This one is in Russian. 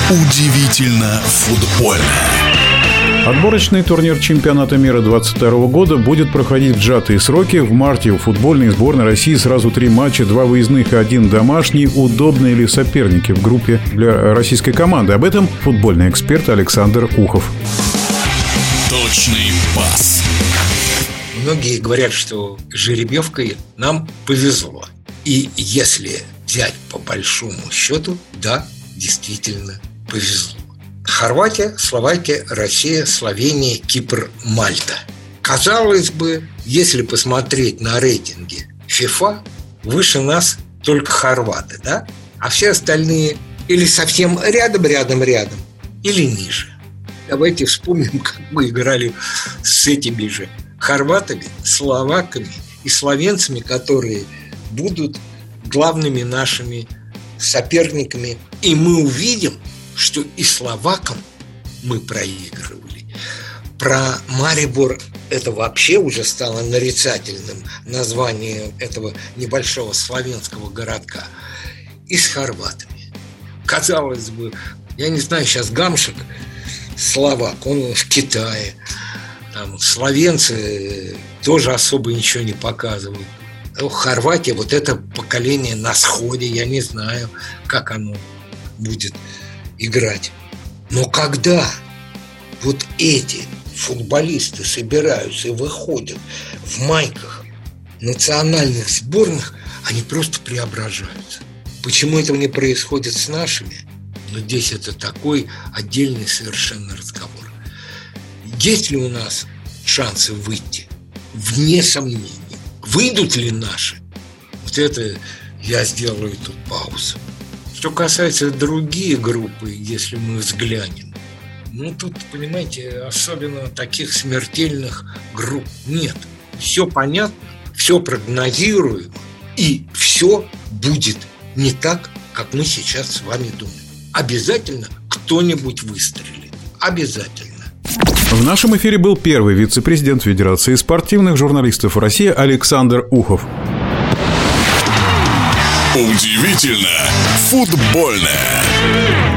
Удивительно футбольно. Отборочный турнир чемпионата мира 2022 года будет проходить в сжатые сроки. В марте у футбольной сборной России сразу 3 матча, 2 выездных и 1 домашний. Удобные ли соперники в группе для российской команды? Об этом футбольный эксперт Александр Ухов. Точный пас. Многие говорят, что жеребьевкой нам повезло. И если взять по большому счету, да, действительно повезло. Хорватия, Словакия, Россия, Словения, Кипр, Мальта. Казалось бы, если посмотреть на рейтинги ФИФА, выше нас только хорваты, да? А все остальные или совсем рядом, или ниже. Давайте вспомним, как мы играли с этими же хорватами, словаками и словенцами, которые будут главными нашими соперниками. И мы увидим, что и словакам мы проигрывали. Про Марибор это вообще уже стало нарицательным названием этого небольшого славянского городка. И с хорватами. Казалось бы, я не знаю, сейчас Гамшик словак, он в Китае. Там словенцы тоже особо ничего не показывают. Но Хорватия, вот это поколение на сходе, я не знаю, как оно будет играть. Но когда вот эти футболисты собираются и выходят в майках национальных сборных, они просто преображаются. Почему этого не происходит с нашими? Но здесь это такой отдельный совершенно разговор. Есть ли у нас шансы выйти? Вне сомнений. Выйдут ли наши? Вот это я сделаю тут паузу. Что касается других группы, если мы взглянем, тут, понимаете, особенно таких смертельных групп нет. Все понятно, все прогнозируемо, и все будет не так, как мы сейчас с вами думаем. Обязательно кто-нибудь выстрелит. Обязательно. В нашем эфире был первый вице-президент Федерации спортивных журналистов России Александр Ухов. Удивительно футбольное.